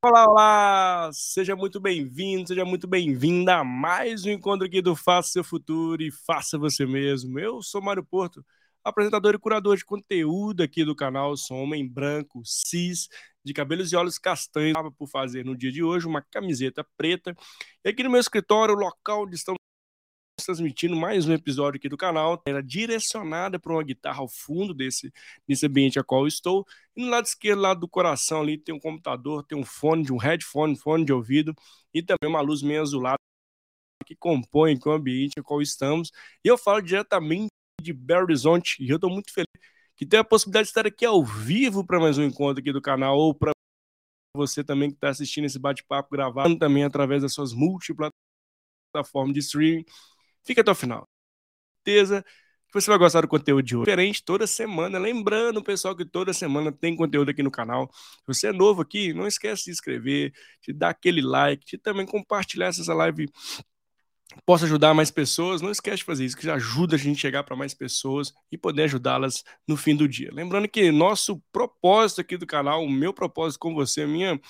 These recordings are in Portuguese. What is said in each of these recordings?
Olá, olá! Seja muito bem-vindo, seja muito bem-vinda a mais um encontro aqui do Faça Seu Futuro e Faça Você Mesmo. Eu sou Mário Porto, apresentador e curador de conteúdo aqui do canal. Sou um homem branco, cis, de cabelos e olhos castanhos. Estava por fazer no dia de hoje uma camiseta preta. E aqui no meu escritório, o local onde estamos transmitindo mais um episódio aqui do canal, era direcionada para uma guitarra ao fundo desse ambiente a qual eu estou. E no lado esquerdo, lado do coração ali, tem um computador, tem um fone, um headphone, fone de ouvido e também uma luz meio azulada que compõe o ambiente a qual estamos. E eu falo diretamente de Belo Horizonte e eu estou muito feliz que tenho a possibilidade de estar aqui ao vivo para mais um encontro aqui do canal, ou para você também que está assistindo esse bate-papo gravado também através das suas multiplataformas de streaming. Fica até o final. Certeza que você vai gostar do conteúdo de hoje. Diferente toda semana. Lembrando, pessoal, que toda semana tem conteúdo aqui no canal. Se você é novo aqui, não esquece de se inscrever, de dar aquele like, de também compartilhar se essa live possa ajudar mais pessoas. Não esquece de fazer isso, que já ajuda a gente a chegar para mais pessoas e poder ajudá-las no fim do dia. Lembrando que nosso propósito aqui do canal, o meu propósito com você,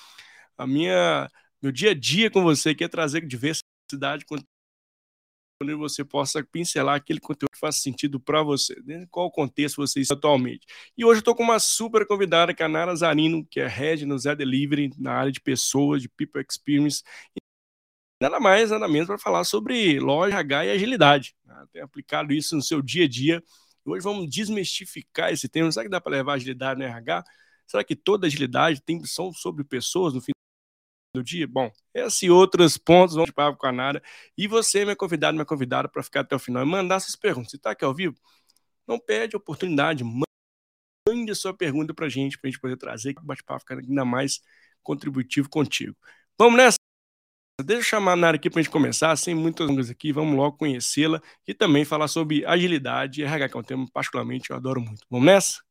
meu dia a dia com você, que é trazer diversidade, onde você possa pincelar aquele conteúdo que faz sentido para você, dentro de qual contexto você está atualmente. E hoje eu estou com uma super convidada, que é a Nara Zarino, que é Head no Zé Delivery, na área de pessoas, de People Experience, e nada mais, nada menos para falar sobre loja H e agilidade. Tem aplicado isso no seu dia a dia. Hoje vamos desmistificar esse termo. Será que dá para levar agilidade no RH? Será que toda agilidade são sobre pessoas no fim do dia? Bom, esses e outros pontos vamos para com a Nara. E você, minha convidada, para ficar até o final e mandar suas perguntas. Se está aqui ao vivo, não perde a oportunidade, mande a sua pergunta para a gente poder trazer, que o bate-papo ficar ainda mais contributivo contigo. Vamos nessa? Deixa eu chamar a Nara aqui para a gente começar, sem muitas longas aqui, vamos logo conhecê-la e também falar sobre agilidade e RH, que é um tema particularmente eu adoro muito. Vamos nessa?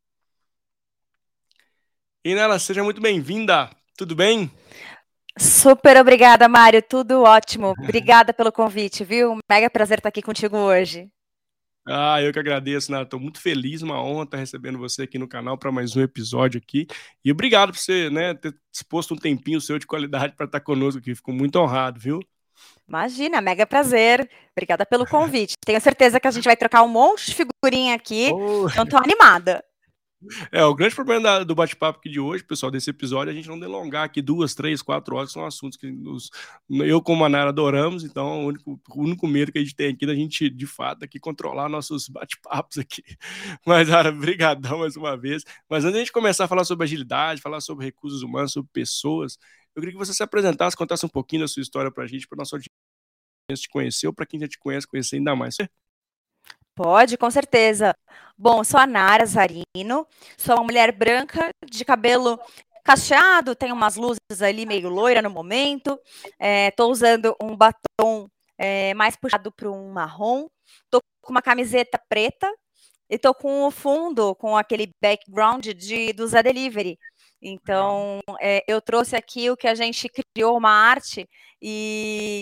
E Nara, seja muito bem-vinda, tudo bem? Super obrigada, Mário, tudo ótimo. Obrigada pelo convite, viu? Mega prazer estar aqui contigo hoje. Eu que agradeço, Nara. Estou muito feliz, uma honra estar recebendo você aqui no canal para mais um episódio aqui. E obrigado por você, ter disposto um tempinho seu de qualidade para estar conosco aqui. Fico muito honrado, viu? Imagina, mega prazer. Obrigada pelo convite. Tenho certeza que a gente vai trocar um monte de figurinha aqui. Então, estou animada. O grande problema do bate-papo aqui de hoje, pessoal, desse episódio, é a gente não delongar aqui 2, 3, 4 horas, são assuntos que eu como a Nara adoramos, então o único medo que a gente tem aqui da gente, de fato, aqui controlar nossos bate-papos aqui. Mas, Nara, brigadão mais uma vez. Mas antes de a gente começar a falar sobre agilidade, falar sobre recursos humanos, sobre pessoas, eu queria que você se apresentasse, contasse um pouquinho da sua história pra gente, pra nossa audiência te conhecer, ou pra quem já te conhece, conhecer ainda mais. Pode, com certeza. Bom, sou a Nara Zarino, sou uma mulher branca, de cabelo cacheado, tenho umas luzes ali meio loira no momento, estou usando um batom mais puxado para um marrom, estou com uma camiseta preta e estou com o fundo, com aquele background do Zé Delivery. Então, eu trouxe aqui o que a gente criou, uma arte, e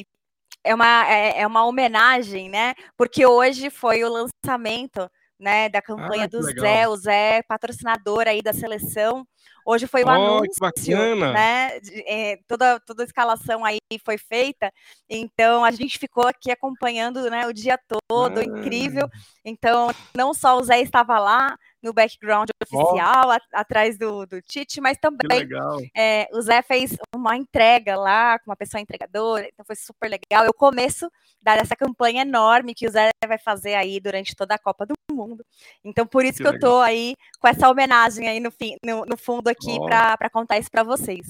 é uma homenagem, né? Porque hoje foi o lançamento, né, da campanha do Zé, o Zé patrocinador aí da seleção. Hoje foi o anúncio, né? Toda a escalação aí foi feita. Então a gente ficou aqui acompanhando, né, o dia todo, incrível. Então não só o Zé estava lá no background oficial, atrás do Tite, mas também o Zé fez uma entrega lá com uma pessoa entregadora, então foi super legal. É o começo dessa campanha enorme que o Zé vai fazer aí durante toda a Copa do Mundo. Então, por isso que eu tô aí com essa homenagem aí no fundo aqui para contar isso para vocês.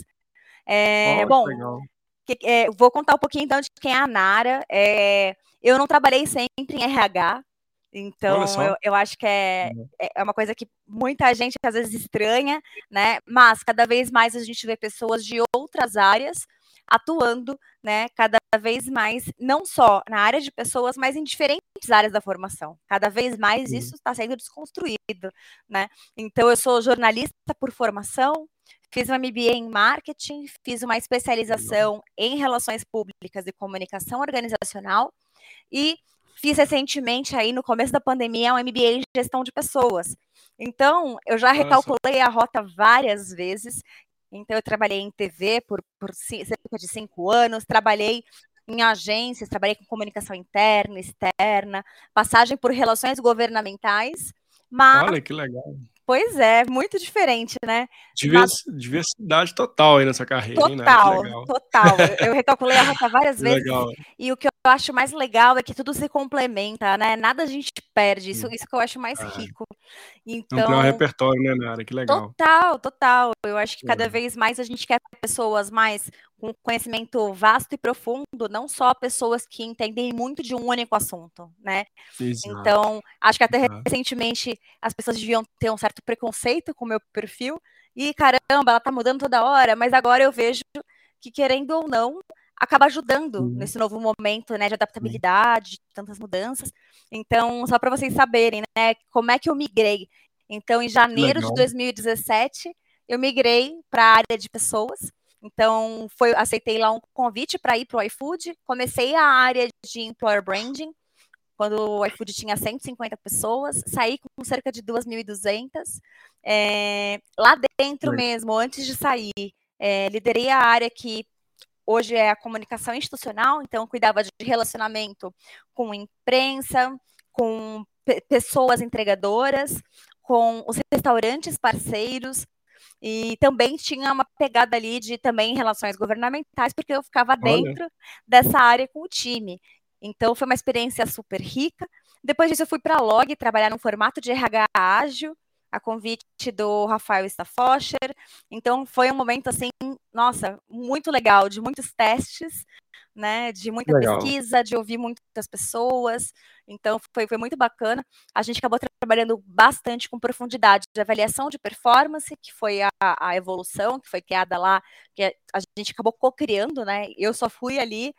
Vou contar um pouquinho então de quem é a Nara. Eu não trabalhei sempre em RH, então eu acho que é uma coisa que muita gente às vezes estranha, né? Mas cada vez mais a gente vê pessoas de outras áreas atuando, né, cada vez mais, não só na área de pessoas, mas em diferentes áreas da formação. Cada vez mais isso está sendo desconstruído, né? Então, eu sou jornalista por formação, fiz uma MBA em marketing, fiz uma especialização em relações públicas e comunicação organizacional e fiz recentemente, aí no começo da pandemia, um MBA em gestão de pessoas. Então, eu já recalculei a rota várias vezes Então, eu trabalhei em TV por cerca de 5 anos, trabalhei em agências, trabalhei com comunicação interna, externa, passagem por relações governamentais, mas, Olha, que legal. pois é, muito diferente, né? Diversidade total aí nessa carreira, hein, Nara? Que Total, legal. total. Eu recalculei a rota várias Que vezes legal. e o que eu acho mais legal é que tudo se complementa, né? Nada a gente perde. Isso que eu acho mais Ah, rico. ampliar o Então, repertório, né, Nara? Que legal. total, total. Eu acho que cada É, vez mais a gente quer pessoas mais com conhecimento vasto e profundo, não só pessoas que entendem muito de um único assunto, né? exato, Então, acho que até exato. recentemente as pessoas deviam ter um certo preconceito com o meu perfil. E caramba, ela tá mudando toda hora, mas agora eu vejo que, querendo ou não, acaba ajudando Sim, nesse novo momento, né, de sim. adaptabilidade, de tantas mudanças. Então, só para vocês saberem, né, como é que eu migrei. Então, em Que janeiro de legal. 2017, eu migrei para a área de pessoas. Então, aceitei lá um convite para ir para o iFood. Comecei a área de Employer Branding, quando o iFood tinha 150 pessoas, saí com cerca de 2.200. Lá dentro Legal. mesmo, antes de sair, liderei a área que hoje é a comunicação institucional, então cuidava de relacionamento com imprensa, com pessoas entregadoras, com os restaurantes parceiros, e também tinha uma pegada ali de também relações governamentais, porque eu ficava Olha, dentro dessa área com o time. Então foi uma experiência super rica. Depois disso eu fui para a Log trabalhar no formato de RH ágil, a convite do Rafael Staffoscher. Então foi um momento assim, nossa, muito legal, de muitos testes, né, de que muita legal. pesquisa, de ouvir muitas pessoas. Então foi muito bacana. A gente acabou trabalhando bastante com profundidade de avaliação de performance, que foi a evolução, que foi criada lá, que a gente acabou co-criando, né? Eu só fui ali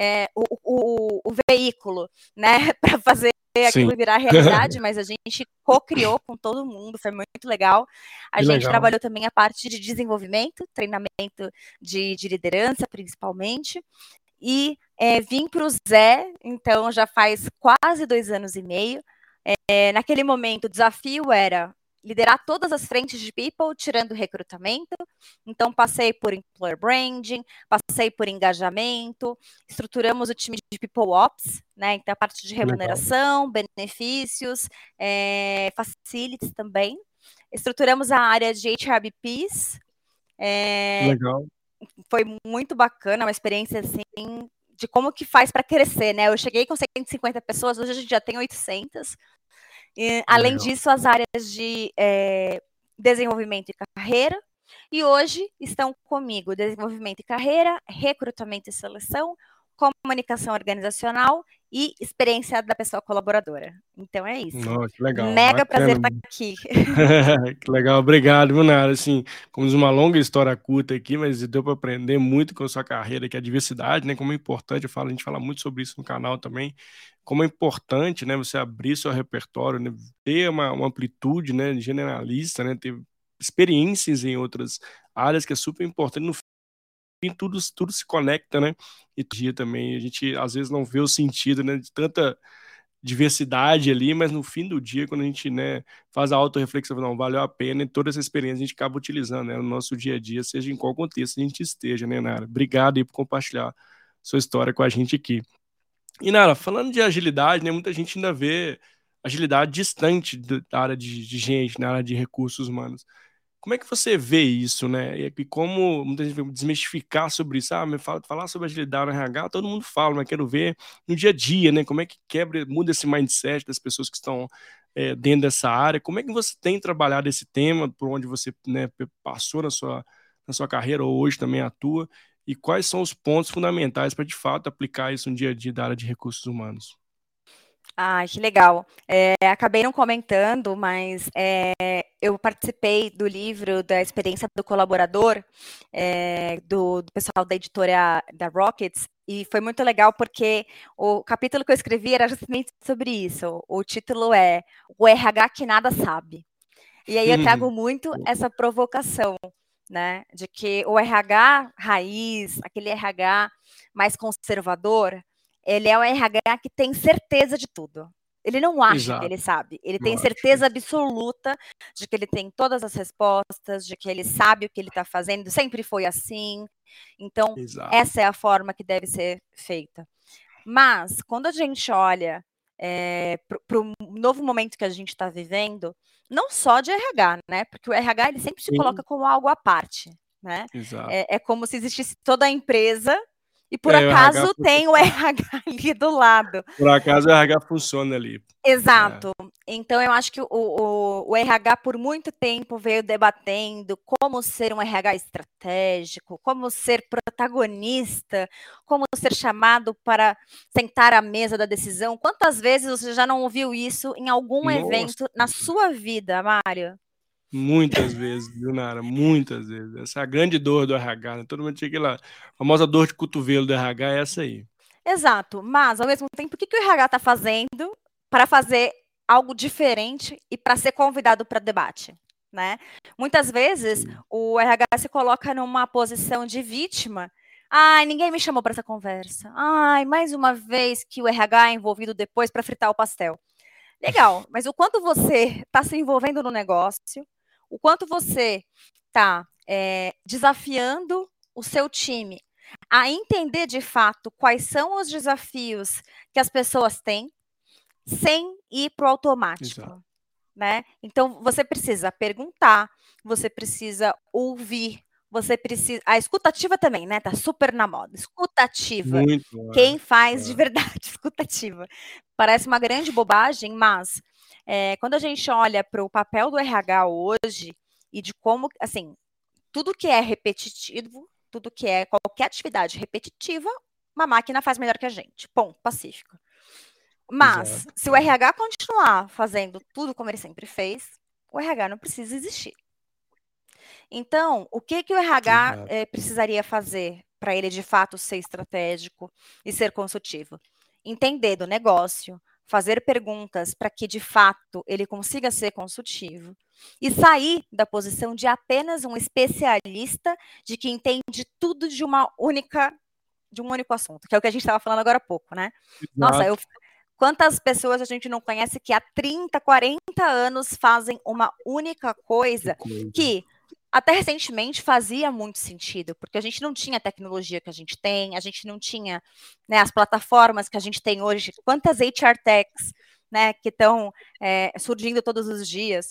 o veículo, né, para fazer Sim. aquilo virar realidade, mas a gente co-criou com todo mundo, foi muito legal. A Que gente legal. trabalhou também a parte de desenvolvimento, treinamento de liderança, principalmente, e vim para o Zé, então já faz quase 2 anos e meio. Naquele momento, o desafio era liderar todas as frentes de people, tirando recrutamento. Então, passei por employer branding, passei por engajamento, estruturamos o time de people ops, né? Então, a parte de Que legal. remuneração, benefícios, facilities também. Estruturamos a área de HRBPs. Que legal. Foi muito bacana, uma experiência assim de como que faz para crescer, né? Eu cheguei com 150 pessoas, hoje a gente já tem 800. E, Que além legal. disso, as áreas de desenvolvimento e carreira. E hoje estão comigo desenvolvimento e carreira, recrutamento e seleção, comunicação organizacional e experiência da pessoa colaboradora. Então é isso. Nossa, que legal. Mega prazer Bacana. estar aqui. Que legal, obrigado, viu, Nara? Assim, como diz uma longa história curta aqui, mas deu para aprender muito com a sua carreira, que é a diversidade, né? Como é importante, a gente fala muito sobre isso no canal também, como é importante, né, você abrir seu repertório, né, ter uma amplitude, né, generalista, né, ter experiências em outras áreas, que é super importante. No fim, tudo se conecta, né? E dia também, a gente às vezes não vê o sentido, né, de tanta diversidade ali, mas no fim do dia, quando a gente, né, faz a autorreflexão, não, valeu a pena, e toda essa experiência a gente acaba utilizando, né, no nosso dia a dia, seja em qual contexto a gente esteja, né, Nara? Obrigado aí por compartilhar sua história com a gente aqui. E, Nara, falando de agilidade, né, muita gente ainda vê agilidade distante da área de gente, na área de recursos humanos. Como é que você vê isso, né? E como muita gente vai desmistificar sobre isso? Ah, falar sobre agilidade no RH, todo mundo fala, mas quero ver no dia a dia, né? Como é que muda esse mindset das pessoas que estão dentro dessa área? Como é que você tem trabalhado esse tema, por onde você, né, passou na sua carreira ou hoje também atua? E quais são os pontos fundamentais para, de fato, aplicar isso no dia a dia da área de recursos humanos? Ah, que legal. Acabei não comentando, mas eu participei do livro da experiência do colaborador, do pessoal da editora da Rockets, e foi muito legal porque o capítulo que eu escrevi era justamente sobre isso. O título é O RH que nada sabe. E aí eu trago muito essa provocação, né, de que o RH raiz, aquele RH mais conservador, ele é o RH que tem certeza de tudo. Ele não acha que Exato. ele sabe. Ele Eu tem acho certeza isso. absoluta de que ele tem todas as respostas, de que ele sabe o que ele está fazendo, sempre foi assim. Então, Exato. essa é a forma que deve ser feita. Mas, quando a gente olha para o novo momento que a gente está vivendo, não só de RH, né? Porque o RH ele sempre se Sim, coloca como algo à parte, né? exato. É como se existisse toda a empresa e por É, o RH acaso tem o RH ali do lado. por acaso o RH funciona ali. É, Exato. Então, eu acho que o RH, por muito tempo, veio debatendo como ser um RH estratégico, como ser protagonista, como ser chamado para sentar à mesa da decisão. Quantas vezes você já não ouviu isso em algum nossa, evento na sua vida, Mário? muitas vezes, viu, Nara? Muitas vezes. Essa é a grande dor do RH, né? Todo mundo tinha aquela famosa dor de cotovelo do RH, é essa aí. Exato. Mas, ao mesmo tempo, o que o RH está fazendo para fazer algo diferente e para ser convidado para debate? Né? Muitas vezes Sim. o RH se coloca numa posição de vítima. Ai, ninguém me chamou para essa conversa. Ai, mais uma vez que o RH é envolvido depois para fritar o pastel. Legal, mas o quanto você está se envolvendo no negócio, o quanto você está desafiando o seu time a entender de fato quais são os desafios que as pessoas têm, sem ir para o Exato. automático. Né? Então, você precisa perguntar, você precisa ouvir, você precisa. A escutativa também, né? Tá super na moda. Escutativa. Muito, Quem faz de é. verdade escutativa? Parece uma grande bobagem, mas quando a gente olha para o papel do RH hoje e de como, assim, tudo que é repetitivo, tudo que é qualquer atividade repetitiva, uma máquina faz melhor que a gente. Ponto, pacífico. Mas, Exato. se o RH continuar fazendo tudo como ele sempre fez, o RH não precisa existir. Então, o que o RH Exato. precisaria fazer para ele de fato ser estratégico e ser consultivo? Entender do negócio, fazer perguntas para que de fato ele consiga ser consultivo e sair da posição de apenas um especialista de que entende tudo de um único assunto, que é o que a gente estava falando agora há pouco, né? Nossa, Exato. quantas pessoas a gente não conhece que há 30, 40 anos fazem uma única Que coisa coisa. que até recentemente fazia muito sentido, porque a gente não tinha a tecnologia que a gente tem, a gente não tinha, né, as plataformas que a gente tem hoje, quantas HR techs, né, que estão surgindo todos os dias.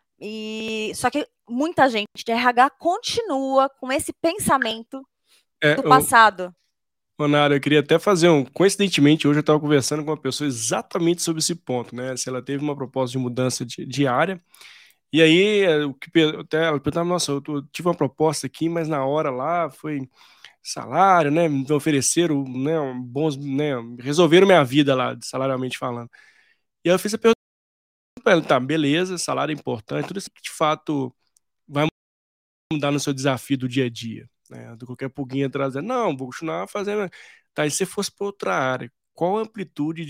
E só que muita gente de RH continua com esse pensamento É, do passado. Nara, eu queria até fazer coincidentemente, hoje eu estava conversando com uma pessoa exatamente sobre esse ponto, né? Se ela teve uma proposta de mudança de área, e aí até ela perguntava, nossa, tive uma proposta aqui, mas na hora lá foi salário, né? Me ofereceram, né, bons, né? Resolveram minha vida lá, salarialmente falando. E aí eu fiz a pergunta para ela, tá, beleza, salário é importante, tudo isso que de fato vai mudar no seu desafio do dia a dia, né? Do qualquer pulguinha atrás, não, vou continuar fazendo. Tá, e se fosse para outra área, qual a amplitude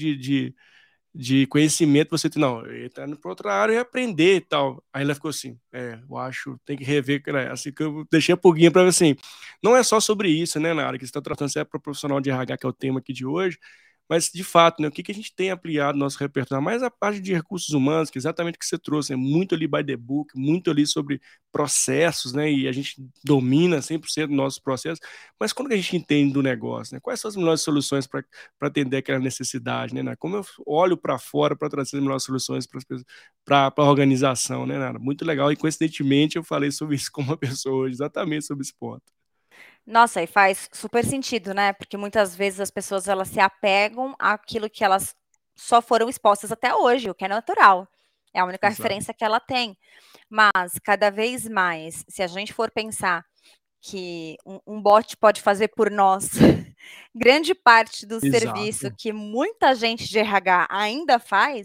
de conhecimento você tem? Não, ele tá indo para outra área e aprender e tal. Aí ela ficou assim, eu acho, tem que rever, né? Assim que eu deixei a pulguinha para assim, não é só sobre isso, né, na área que você está tratando, você é para profissional de RH, que é o tema aqui de hoje, mas, de fato, né, o que a gente tem ampliado no nosso repertório? Mais a parte de recursos humanos, que é exatamente o que você trouxe, é muito ali by the book, muito ali sobre processos, né, e a gente domina 100% dos nossos processos, mas quando a gente entende do negócio, né, quais são as melhores soluções para atender aquela necessidade, né? Como eu olho para fora para trazer as melhores soluções para a organização, né, Nara? Muito legal, e coincidentemente eu falei sobre isso com uma pessoa hoje, exatamente sobre esse ponto. Nossa, e faz super sentido, né? Porque muitas vezes as pessoas elas se apegam àquilo que elas só foram expostas até hoje, o que é natural. É a única Exato. referência que ela tem. Mas cada vez mais, se a gente for pensar que um bot pode fazer por nós grande parte do serviço Exato. que muita gente de RH ainda faz,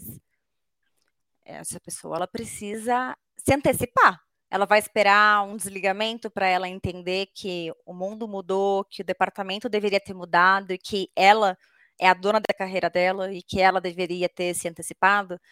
essa pessoa ela precisa se antecipar. Ela vai esperar um desligamento para ela entender que o mundo mudou, que o departamento deveria ter mudado e que ela é a dona da carreira dela e que ela deveria ter se antecipado.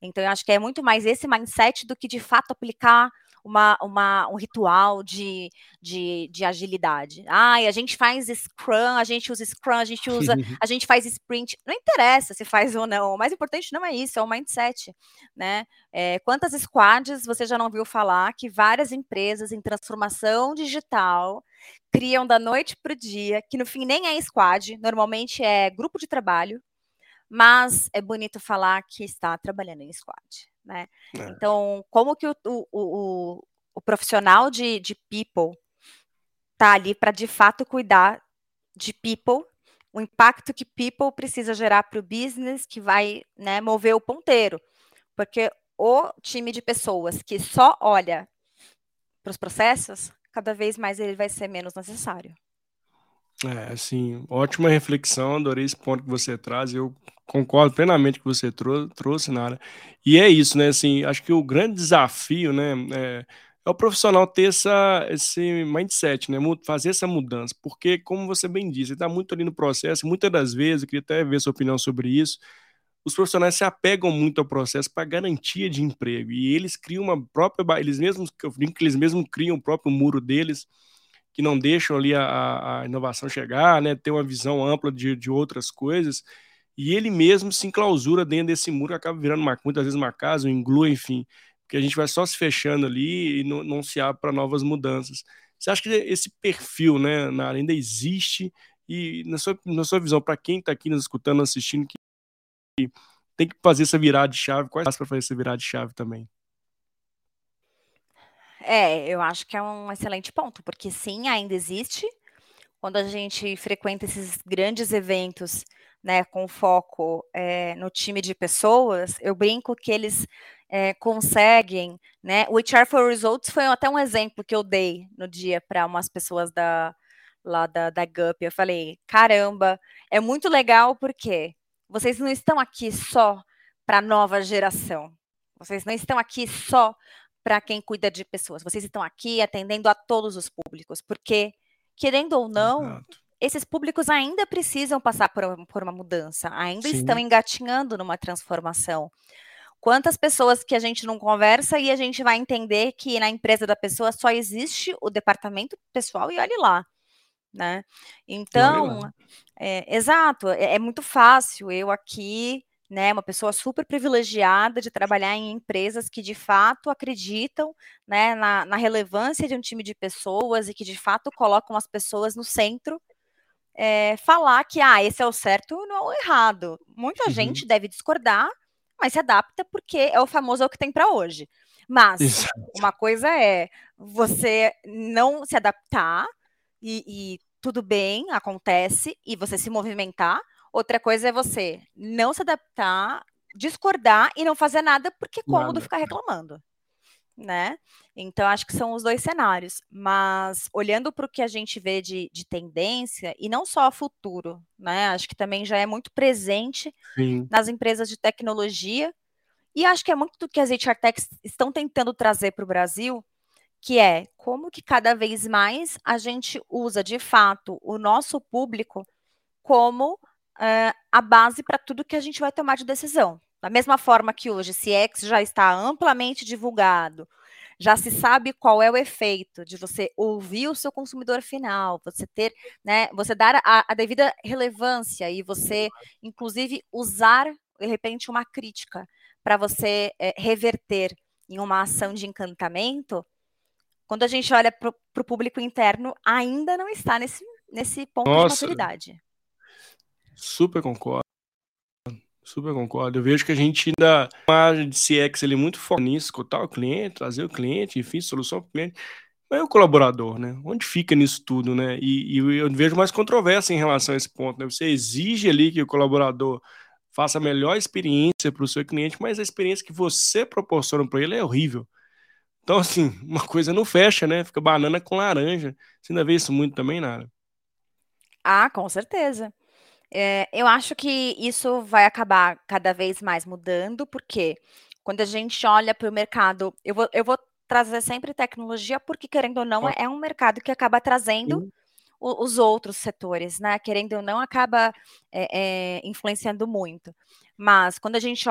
Então, eu acho que é muito mais esse mindset do que, de fato, aplicar um ritual de agilidade. A gente faz Scrum, a gente usa Scrum, a gente faz Sprint. Não interessa se faz ou não. O mais importante não é isso, é o mindset, né? Quantas squads você já não viu falar que várias empresas em transformação digital criam da noite para o dia, que no fim nem é squad, normalmente é grupo de trabalho, mas é bonito falar que está trabalhando em squad, né? Então, como que o profissional de people está ali para, de fato, cuidar de people, o impacto que people precisa gerar para o business, que vai, né, mover o ponteiro. Porque o time de pessoas que só olha para os processos, cada vez mais ele vai ser menos necessário. Assim, ótima reflexão, adorei esse ponto que você traz, eu concordo plenamente com o que você trouxe, Nara. E é isso, né, assim, acho que o grande desafio, né, é o profissional ter esse mindset, né, fazer essa mudança, porque, como você bem disse, ele está muito ali no processo, muitas das vezes, eu queria até ver sua opinião sobre isso, os profissionais se apegam muito ao processo para garantia de emprego, e eles criam uma própria, eu brinco que eles mesmos criam o próprio muro deles, que não deixam ali a inovação chegar, né, ter uma visão ampla de outras coisas, e ele mesmo se enclausura dentro desse muro, acaba virando muitas vezes uma casa, um iglu, enfim, porque a gente vai só se fechando ali e não se abre para novas mudanças. Você acha que esse perfil, né, ainda existe? E na sua visão, para quem está aqui nos escutando, assistindo, que tem que fazer essa virada de chave, quais para fazer essa virada de chave também? Eu acho que é um excelente ponto, porque sim, ainda existe. Quando a gente frequenta esses grandes eventos, né, com foco no time de pessoas, eu brinco que eles conseguem, né? O HR for Results foi até um exemplo que eu dei no dia para umas pessoas lá da GUP. Eu falei, caramba, é muito legal porque vocês não estão aqui só para a nova geração. Vocês não estão aqui só para quem cuida de pessoas. Vocês estão aqui atendendo a todos os públicos, porque, querendo ou não, Exato. esses públicos ainda precisam passar por uma mudança, ainda estão Sim. engatinhando numa transformação. Quantas pessoas que a gente não conversa e a gente vai entender que na empresa da pessoa só existe o departamento pessoal e olhe lá, né? Olha lá. Então, exato, é muito fácil eu aqui, né, uma pessoa super privilegiada de trabalhar em empresas que de fato acreditam, né, na relevância de um time de pessoas e que de fato colocam as pessoas no centro, falar que esse é o certo não é o errado. Muita gente deve discordar, mas se adapta porque é o famoso é o que tem para hoje. Mas Exato. uma coisa é você não se adaptar e tudo bem, acontece, e você se movimentar. Outra coisa é você não se adaptar, discordar e não fazer nada porque é cômodo Nada. ficar reclamando, né? Então, acho que são os dois cenários. Mas, olhando para o que a gente vê de tendência, e não só a futuro, né? Acho que também já é muito presente Sim. nas empresas de tecnologia, e acho que é muito do que as HR Techs estão tentando trazer para o Brasil, que é como que cada vez mais a gente usa, de fato, o nosso público como a base para tudo que a gente vai tomar de decisão. Da mesma forma que hoje CX já está amplamente divulgado, já se sabe qual é o efeito de você ouvir o seu consumidor final, você ter, né, você dar a devida relevância e você, inclusive, usar, de repente, uma crítica para você reverter em uma ação de encantamento. Quando a gente olha para o público interno, ainda não está nesse ponto de Nossa, maturidade. super concordo. Super concordo. Eu vejo que a gente ainda tem uma área de CX ali muito forte nisso, escutar o cliente, trazer o cliente, enfim, solução para o cliente. Mas é o colaborador, né? Onde fica nisso tudo, né? E eu vejo mais controvérsia em relação a esse ponto, né? Você exige ali que o colaborador faça a melhor experiência para o seu cliente, mas a experiência que você proporciona para ele é horrível. Então, assim, uma coisa não fecha, né? Fica banana com laranja. Você ainda vê isso muito também, Nara? Com certeza. Eu acho que isso vai acabar cada vez mais mudando, porque quando a gente olha para o mercado, eu vou trazer sempre tecnologia, porque, querendo ou não, é um mercado que acaba trazendo Sim. os outros setores, né? Querendo ou não, acaba influenciando muito. Mas quando a gente olha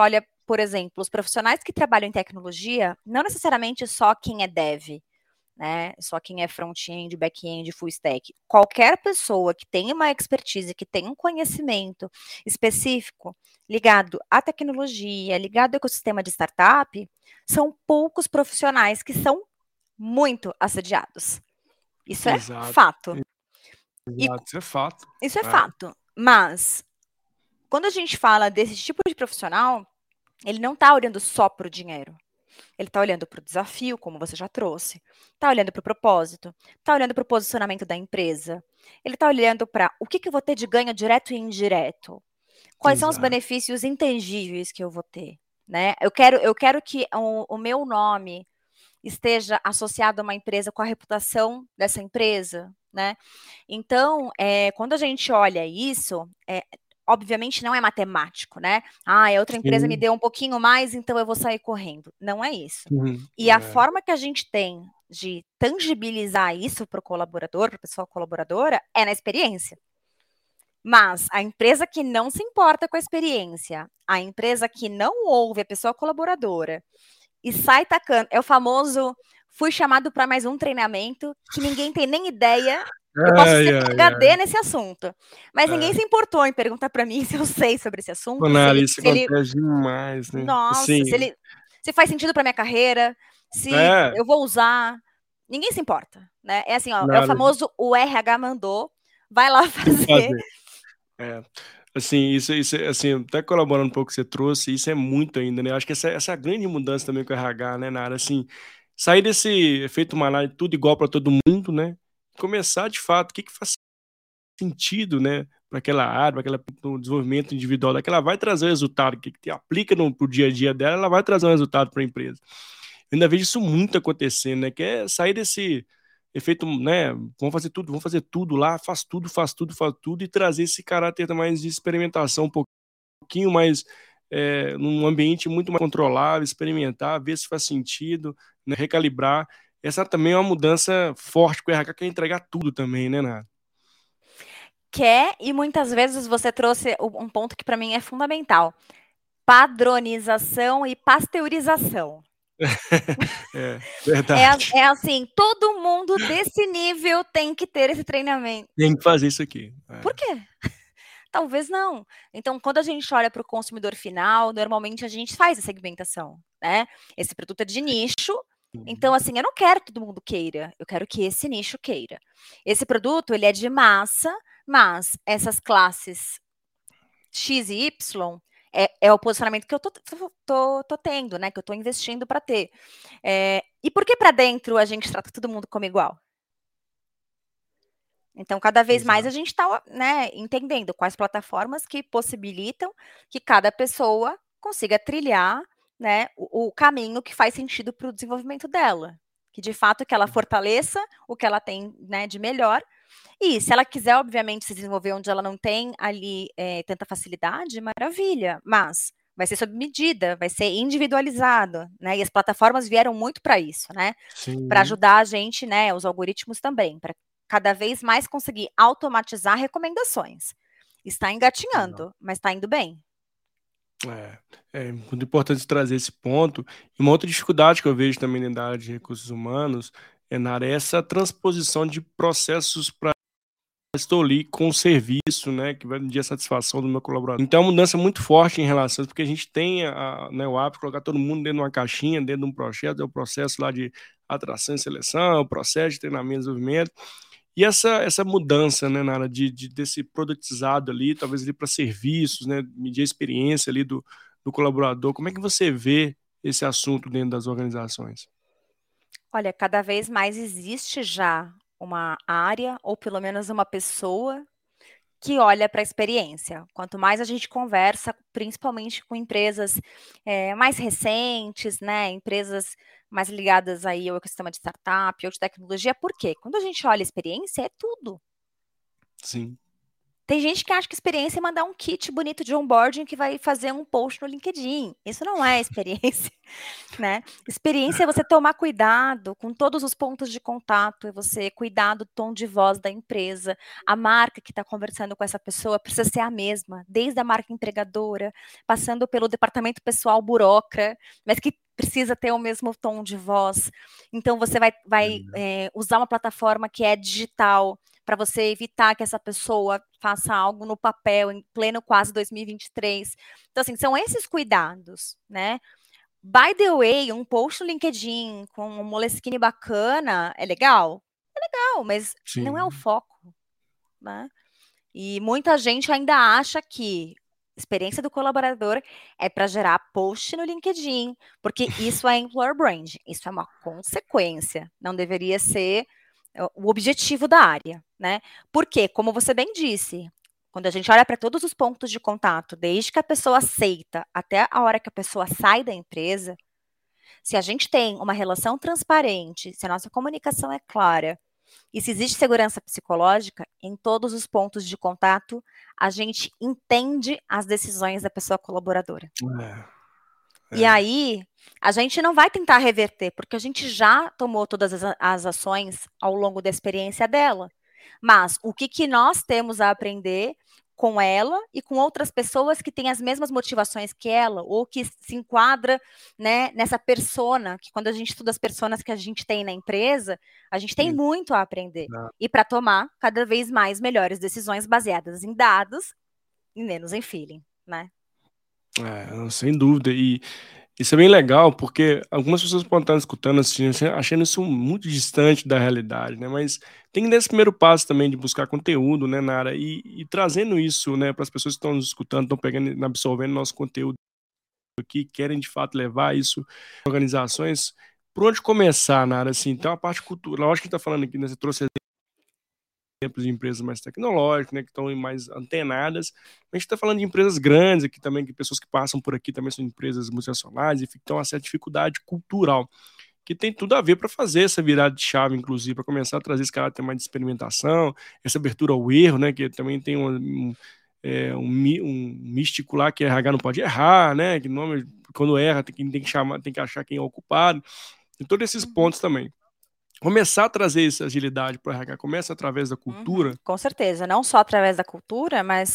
por exemplo, os profissionais que trabalham em tecnologia, não necessariamente só quem é dev, né? Só quem é front-end, back-end, full stack. Qualquer pessoa que tenha uma expertise, que tenha um conhecimento específico ligado à tecnologia, ligado ao ecossistema de startup, são poucos profissionais que são muito assediados. Isso é Exato, fato. exato, isso é fato. Isso é fato. Mas, quando a gente fala desse tipo de profissional, ele não está olhando só para o dinheiro. Ele está olhando para o desafio, como você já trouxe. Está olhando para o propósito. Está olhando para o posicionamento da empresa. Ele está olhando para o que eu vou ter de ganho direto e indireto. Quais são os Exato. benefícios intangíveis que eu vou ter, né? Eu quero que o meu nome esteja associado a uma empresa com a reputação dessa empresa, né? Então, quando a gente olha isso, obviamente não é matemático, né? Ah, a outra empresa me Sim. deu um pouquinho mais, então eu vou sair correndo. Não é isso. Uhum. E a forma que a gente tem de tangibilizar isso para o colaborador, para a pessoa colaboradora, é na experiência. Mas a empresa que não se importa com a experiência, a empresa que não ouve a pessoa colaboradora e sai tacando, é o famoso fui chamado para mais um treinamento que ninguém tem nem ideia. Eu posso ser PhD nesse assunto, mas ninguém se importou em perguntar para mim se eu sei sobre esse assunto. Nara, isso acontece demais, né? Nossa, Assim, se faz sentido para minha carreira, se eu vou usar. Ninguém se importa, né? É assim, ó, é o famoso o RH mandou, vai lá fazer. Assim, isso assim, até colaborando um pouco com o que você trouxe, isso é muito ainda, né? Acho que essa é a grande mudança também com o RH, né, Nara? Assim, sair desse efeito manada, tudo igual para todo mundo, né? Começar de fato, o que faz sentido, né, para aquela área, para o desenvolvimento individual daquela, vai trazer resultado, que aplica pro dia a dia dela, ela vai trazer um resultado para a empresa. Eu ainda vejo isso muito acontecendo, né? Que é sair desse efeito, né? Vamos fazer tudo lá, faz tudo e trazer esse caráter mais de experimentação, um pouquinho mais num ambiente muito mais controlável, experimentar, ver se faz sentido, né? Recalibrar. Essa também é uma mudança forte, porque o RH quer entregar tudo também, né, Nath? Quer, e muitas vezes você trouxe um ponto que para mim é fundamental: padronização e pasteurização. Verdade. É assim, todo mundo desse nível tem que ter esse treinamento. Tem que fazer isso aqui. Por quê? Talvez não. Então, quando a gente olha para o consumidor final, normalmente a gente faz a segmentação, né? Esse produto é de nicho, então, assim, eu não quero que todo mundo queira, eu quero que esse nicho queira. Esse produto, ele é de massa, mas essas classes X e Y é o posicionamento que eu tô tendo, né? Que eu tô investindo para ter. E por que para dentro a gente trata todo mundo como igual? Então, cada vez mais a gente está, né, entendendo quais plataformas que possibilitam que cada pessoa consiga trilhar, né, o caminho que faz sentido para o desenvolvimento dela. Que de fato que ela fortaleça o que ela tem, né, de melhor. E se ela quiser, obviamente, se desenvolver onde ela não tem ali tanta facilidade, maravilha. Mas vai ser sob medida, vai ser individualizado, né? E as plataformas vieram muito para isso, né? Para ajudar a gente, né? Os algoritmos também, para cada vez mais conseguir automatizar recomendações. Está engatinhando, mas está indo bem. É muito importante trazer esse ponto. E uma outra dificuldade que eu vejo também dentro da área de recursos humanos é essa transposição de processos para estou ali com o serviço, né, que vai medir a satisfação do meu colaborador. Então é uma mudança muito forte em relação a isso, porque a gente tem né, o hábito de colocar todo mundo dentro de uma caixinha, dentro de um projeto, é o processo lá de atração e seleção, o processo de treinamento e desenvolvimento. E essa mudança, né, Nara, desse produtizado ali, talvez ali para serviços, né, medir a experiência ali do colaborador, como é que você vê esse assunto dentro das organizações? Olha, cada vez mais existe já uma área, ou pelo menos uma pessoa, que olha para a experiência. Quanto mais a gente conversa, principalmente com empresas mais recentes, né, empresas mais ligadas aí ao ecossistema de startup ou de tecnologia, por quê? Quando a gente olha a experiência, é tudo. Sim. Tem gente que acha que experiência é mandar um kit bonito de onboarding que vai fazer um post no LinkedIn. Isso não é experiência, né? Experiência é você tomar cuidado com todos os pontos de contato, é você cuidar do tom de voz da empresa. A marca que está conversando com essa pessoa precisa ser a mesma, desde a marca empregadora, passando pelo departamento pessoal burocrata, mas que precisa ter o mesmo tom de voz. Então, você vai usar uma plataforma que é digital, para você evitar que essa pessoa faça algo no papel em pleno quase 2023. Então, assim, são esses cuidados, né? By the way, um post no LinkedIn com um Moleskine bacana é legal? É legal, mas não é o foco, né? E muita gente ainda acha que experiência do colaborador é para gerar post no LinkedIn, porque isso é employer brand, isso é uma consequência, não deveria ser o objetivo da área, né? Porque, como você bem disse, quando a gente olha para todos os pontos de contato, desde que a pessoa aceita até a hora que a pessoa sai da empresa, se a gente tem uma relação transparente, se a nossa comunicação é clara, e se existe segurança psicológica, em todos os pontos de contato, a gente entende as decisões da pessoa colaboradora. E aí, a gente não vai tentar reverter, porque a gente já tomou todas as ações ao longo da experiência dela. Mas o que nós temos a aprender com ela e com outras pessoas que têm as mesmas motivações que ela, ou que se enquadra, né, nessa persona, que quando a gente estuda as personas que a gente tem na empresa, a gente tem muito a aprender. E para tomar cada vez mais melhores decisões baseadas em dados e menos em feeling, né? Sem dúvida. E isso é bem legal, porque algumas pessoas podem estar escutando assim, achando isso muito distante da realidade, né? Mas tem que dar esse primeiro passo também de buscar conteúdo, né, Nara? E trazendo isso, né, para as pessoas que estão nos escutando, estão pegando, absorvendo nosso conteúdo aqui, querem de fato levar isso para organizações. Por onde começar, Nara? Assim, então a parte cultural, lógico que a gente está falando aqui, né? Você trouxe exemplos de empresas mais tecnológicas, né, que estão mais antenadas. A gente está falando de empresas grandes aqui também, que pessoas que passam por aqui também são empresas multinacionais e estão uma certa dificuldade cultural, que tem tudo a ver para fazer essa virada de chave, inclusive, para começar a trazer esse caráter mais de experimentação, essa abertura ao erro, né, que também tem um místico lá que RH não pode errar, né, que nome, quando erra tem que chamar, tem que achar quem é o culpado, e todos esses pontos também. Começar a trazer essa agilidade para o RH, começa através da cultura. Com certeza, não só através da cultura, mas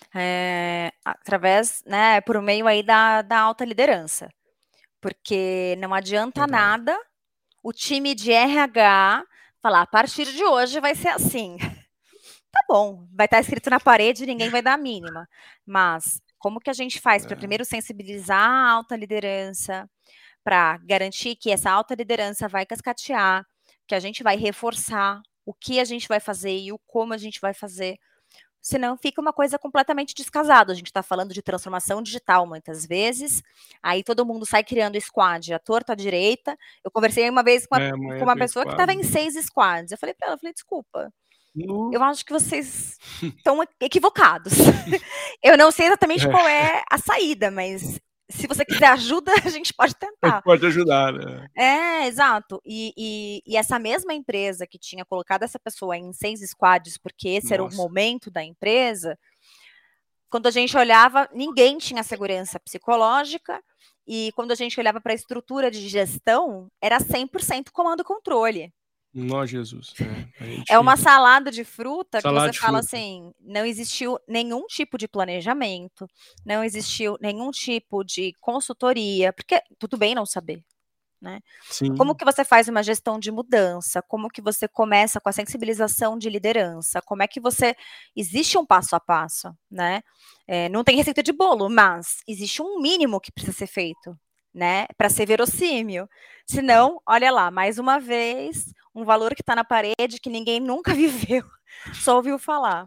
através, né, por meio aí da alta liderança. Porque não adianta nada o time de RH falar, a partir de hoje vai ser assim. Tá bom, vai estar escrito na parede, ninguém vai dar a mínima. Mas como que a gente faz para primeiro sensibilizar a alta liderança, para garantir que essa alta liderança vai cascatear, que a gente vai reforçar o que a gente vai fazer e o como a gente vai fazer, senão fica uma coisa completamente descasada. A gente está falando de transformação digital muitas vezes, aí todo mundo sai criando squad, à torta à direita. Eu conversei uma vez com uma pessoa que estava em 6 squads. Eu falei para ela, desculpa, eu acho que vocês estão equivocados. Eu não sei exatamente qual é a saída, mas se você quiser ajuda, a gente pode tentar. Pode ajudar, né? Exato. E essa mesma empresa que tinha colocado essa pessoa em 6 squads, porque esse era o momento da empresa, quando a gente olhava, ninguém tinha segurança psicológica, e quando a gente olhava para a estrutura de gestão, era 100% comando-controle. Nó, Jesus. É uma salada de fruta que Salada você de fala fruta. assim, não existiu nenhum tipo de planejamento, não existiu nenhum tipo de consultoria, porque tudo bem não saber, né? Sim. Como que você faz uma gestão de mudança? Como que você começa com a sensibilização de liderança? Como é que você... Existe um passo a passo, né? Não tem receita de bolo, mas existe um mínimo que precisa ser feito, né? Para ser verossímil. Senão, olha lá, mais uma vez, um valor que está na parede que ninguém nunca viveu, só ouviu falar.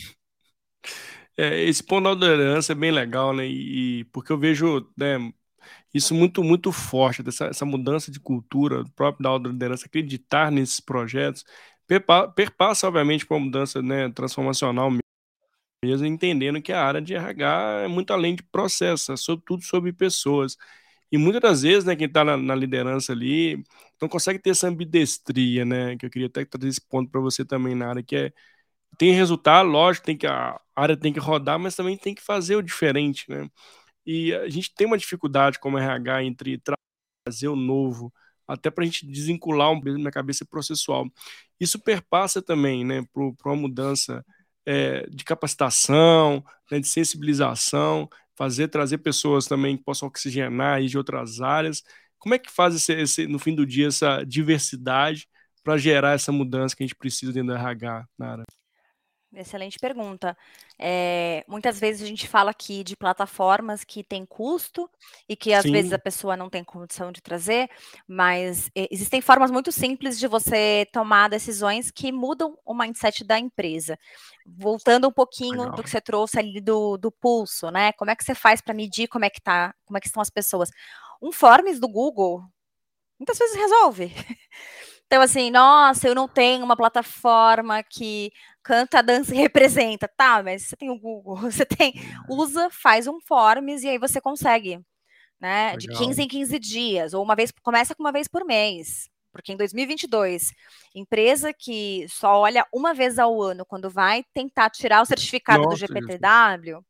Esse ponto da liderança é bem legal, né? Porque eu vejo, né, isso muito, muito forte, essa mudança de cultura própria da alta liderança, acreditar nesses projetos, perpassa, obviamente, por uma mudança, né, transformacional mesmo, entendendo que a área de RH é muito além de processo, é sobretudo sobre pessoas. E muitas das vezes, né, quem está na liderança ali não consegue ter essa ambidestria, né? Que eu queria até trazer esse ponto para você também, Nara, que é tem resultado, lógico, a área tem que rodar, mas também tem que fazer o diferente, né? E a gente tem uma dificuldade como RH entre trazer o novo, até para a gente desvincular um pouco na cabeça processual. Isso perpassa também, né, para uma mudança de capacitação, né, de sensibilização, trazer pessoas também que possam oxigenar aí de outras áreas. Como é que faz no fim do dia essa diversidade para gerar essa mudança que a gente precisa dentro do RH, Nara? Excelente pergunta. Muitas vezes a gente fala aqui de plataformas que têm custo e que às vezes a Sim, pessoa não tem condição de trazer, mas existem formas muito simples de você tomar decisões que mudam o mindset da empresa. Voltando um pouquinho do legal. que você trouxe ali do pulso, né? Como é que você faz para medir como é que tá, como é que estão as pessoas? Um Forms do Google muitas vezes resolve. Então, assim, nossa, eu não tenho uma plataforma que canta, dança e representa. Tá, mas você tem o Google, você tem, faz um Forms e aí você consegue, né? De Legal. 15 em 15 dias, ou começa com uma vez por mês. Porque em 2022, empresa que só olha uma vez ao ano quando vai tentar tirar o certificado do Nossa, GPTW,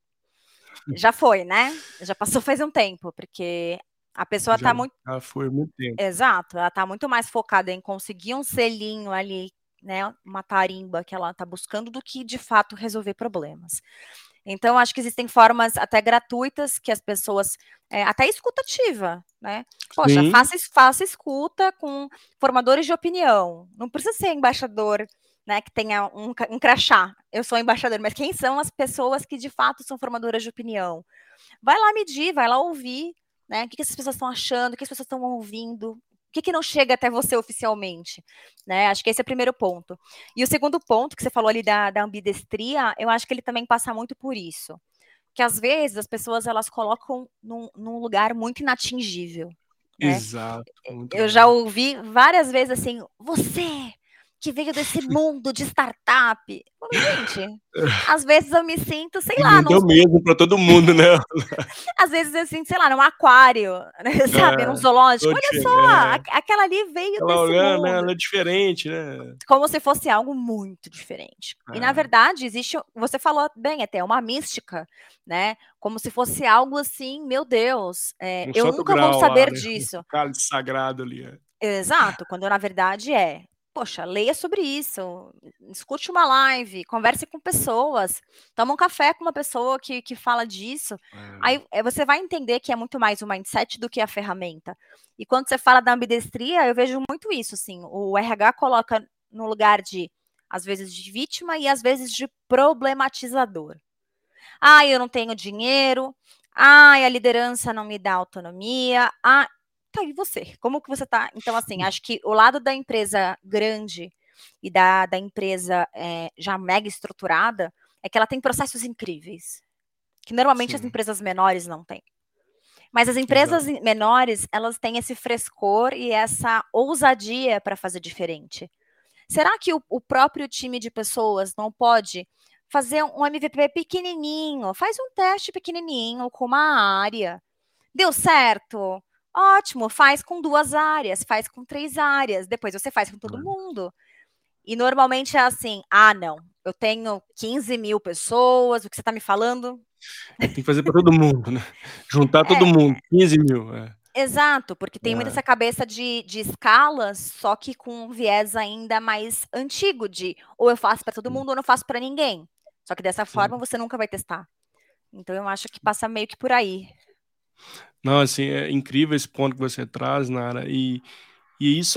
já foi, né? Já passou faz um tempo, porque a pessoa já, está muito. já foi muito tempo. Exato, ela está muito mais focada em conseguir um selinho ali, né, uma tarimba que ela está buscando, do que de fato resolver problemas. Então, acho que existem formas até gratuitas que as pessoas, até escutativa, né? Poxa, Sim, faça escuta com formadores de opinião. Não precisa ser embaixador, né, que tenha um crachá. Eu sou embaixador, mas quem são as pessoas que de fato são formadoras de opinião? Vai lá medir, vai lá ouvir, né? O que essas pessoas estão achando, o que as pessoas estão ouvindo, o que não chega até você oficialmente, né? Acho que esse é o primeiro ponto. E o segundo ponto, que você falou ali da ambidestria, eu acho que ele também passa muito por isso. Que às vezes as pessoas elas colocam num lugar muito inatingível, né? exato, muito Eu já bom. ouvi várias vezes assim, você que veio desse mundo de startup. Eu falo, gente, às vezes eu me sinto, sei O lá, mundo é o mesmo para todo mundo, né? às vezes, assim, sei lá, num aquário, né, sabe, num zoológico. Tô Olha diferente, só, aquela ali veio ela desse olhando, né, mundo. ela é diferente, né? Como se fosse algo muito diferente. E, na É, verdade, existe, você falou bem, até uma mística, né? Como se fosse algo assim, meu Deus, um eu santo nunca vou grau lá, saber né? Um disso. cálice sagrado ali. Exato, quando na verdade poxa, leia sobre isso, escute uma live, converse com pessoas, toma um café com uma pessoa que fala disso. É, Aí você vai entender que é muito mais o mindset do que a ferramenta. E quando você fala da ambidestria, eu vejo muito isso, assim, o RH coloca no lugar de, às vezes, de vítima e às vezes de problematizador. Ah, eu não tenho dinheiro. Ah, a liderança não me dá autonomia. Ah, tá, e você? Como que você tá? Então, assim, acho que o lado da empresa grande e da empresa já mega estruturada é que ela tem processos incríveis, que normalmente as sim, empresas menores não têm. Mas as empresas exato. menores, elas têm esse frescor e essa ousadia para fazer diferente. Será que o próprio time de pessoas não pode fazer um MVP pequenininho? Faz um teste pequenininho com uma área. Deu certo? Ótimo, faz com 2 áreas, faz com 3 áreas, depois você faz com todo mundo. E normalmente é assim: ah, não, eu tenho 15.000 pessoas, o que você está me falando? Tem que fazer para todo mundo, né? Juntar todo É, mundo, 15.000. exato, porque tem muito É, essa cabeça de escalas, só que com um viés ainda mais antigo de ou eu faço para todo sim, mundo ou não faço para ninguém. Só que dessa sim. forma você nunca vai testar. Então eu acho que passa meio que por aí. Não, assim, é incrível esse ponto que você traz, Nara, e isso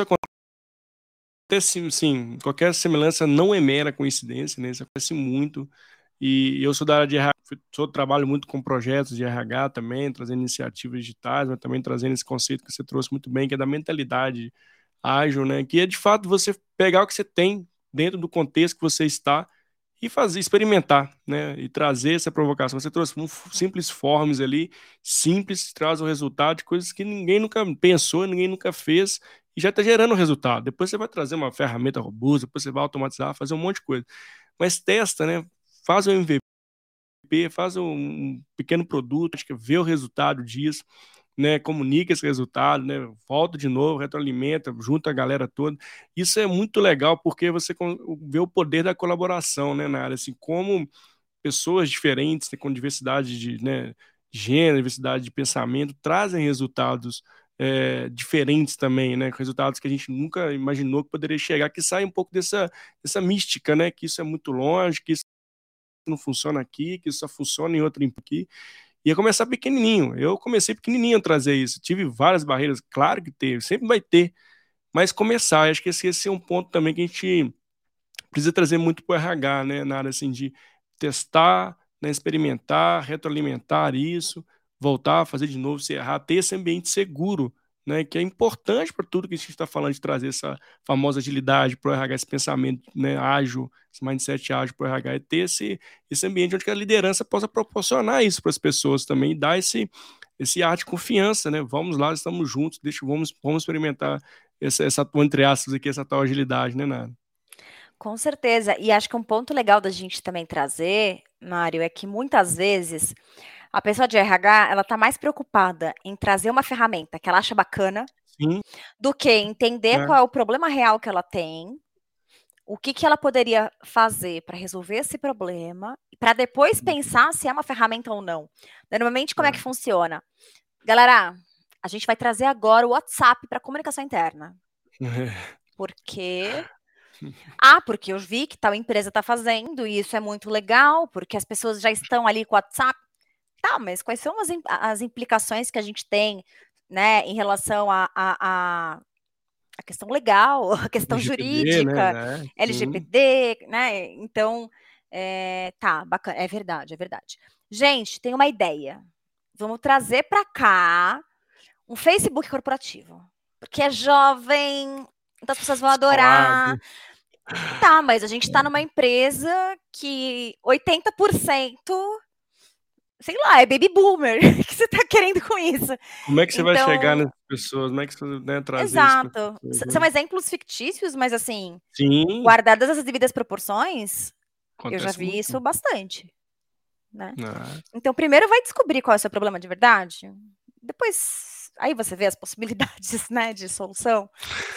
acontece, sim, qualquer semelhança não é mera coincidência, né? Isso acontece muito. E eu sou da área de RH, trabalho muito com projetos de RH também, trazendo iniciativas digitais, mas também trazendo esse conceito que você trouxe muito bem, que é da mentalidade ágil, né? Que é de fato você pegar o que você tem dentro do contexto que você está e fazer, experimentar, né? E trazer essa provocação. Você trouxe um simples forms ali, simples, traz o resultado de coisas que ninguém nunca pensou, ninguém nunca fez e já está gerando resultado. Depois você vai trazer uma ferramenta robusta, depois você vai automatizar, fazer um monte de coisa. Mas testa, né? Faz o MVP, faz um pequeno produto, acho que vê o resultado disso. né, comunica esse resultado, né, volta de novo, retroalimenta, junta a galera toda. Isso é muito legal porque você vê o poder da colaboração, né, na área, assim, como pessoas diferentes, né, com diversidade de, né, gênero, diversidade de pensamento, trazem resultados diferentes também, né, resultados que a gente nunca imaginou que poderia chegar, que sai um pouco dessa mística, né, que isso é muito longe, que isso não funciona aqui, que isso só funciona em outro aqui. Ia começar pequenininho. Eu comecei pequenininho a trazer isso. Tive várias barreiras, claro que teve, sempre vai ter, mas começar. Acho que esse é um ponto também que a gente precisa trazer muito para o RH, né, na área assim, de testar, né, experimentar, retroalimentar isso, voltar a fazer de novo, se errar, ter esse ambiente seguro, né, que é importante para tudo que a gente está falando, de trazer essa famosa agilidade para o RH, esse pensamento, né, ágil, esse mindset ágil para o RH, é ter esse ambiente onde a liderança possa proporcionar isso para as pessoas também e dar esse ar de confiança, né? Vamos lá, estamos juntos, vamos experimentar essa entre aspas aqui, essa tal agilidade, né, Nara? Com certeza. E acho que um ponto legal da gente também trazer, Mário, é que muitas vezes a pessoa de RH, ela está mais preocupada em trazer uma ferramenta que ela acha bacana, Sim, do que entender né? qual é o problema real que ela tem, o que, que ela poderia fazer para resolver esse problema, para depois pensar se é uma ferramenta ou não. Normalmente, como é que funciona? Galera, a gente vai trazer agora o WhatsApp para comunicação interna. Porque porque eu vi que tal empresa está fazendo e isso é muito legal, porque as pessoas já estão ali com o WhatsApp. Tá, mas quais são as implicações que a gente tem, né, em relação a questão legal, a questão LGPD, jurídica, né? Sim. LGBT, né? Então, tá, bacana, é verdade, é verdade. Gente, tem uma ideia. Vamos trazer para cá um Facebook corporativo, porque é jovem, então as pessoas vão adorar. Descolado. Tá, mas a gente está numa empresa que 80%, sei lá, é baby boomer. O que você está querendo com isso? Como é que você vai chegar Então, nessas pessoas? Como é que você, né, trazer isso para as exato. pessoas, São né? exemplos fictícios, mas assim, Sim, guardadas as devidas proporções, eu já acontece vi muito. isso bastante, né? Ah, Então, primeiro vai descobrir qual é o seu problema de verdade. Depois, aí você vê as possibilidades, né, de solução.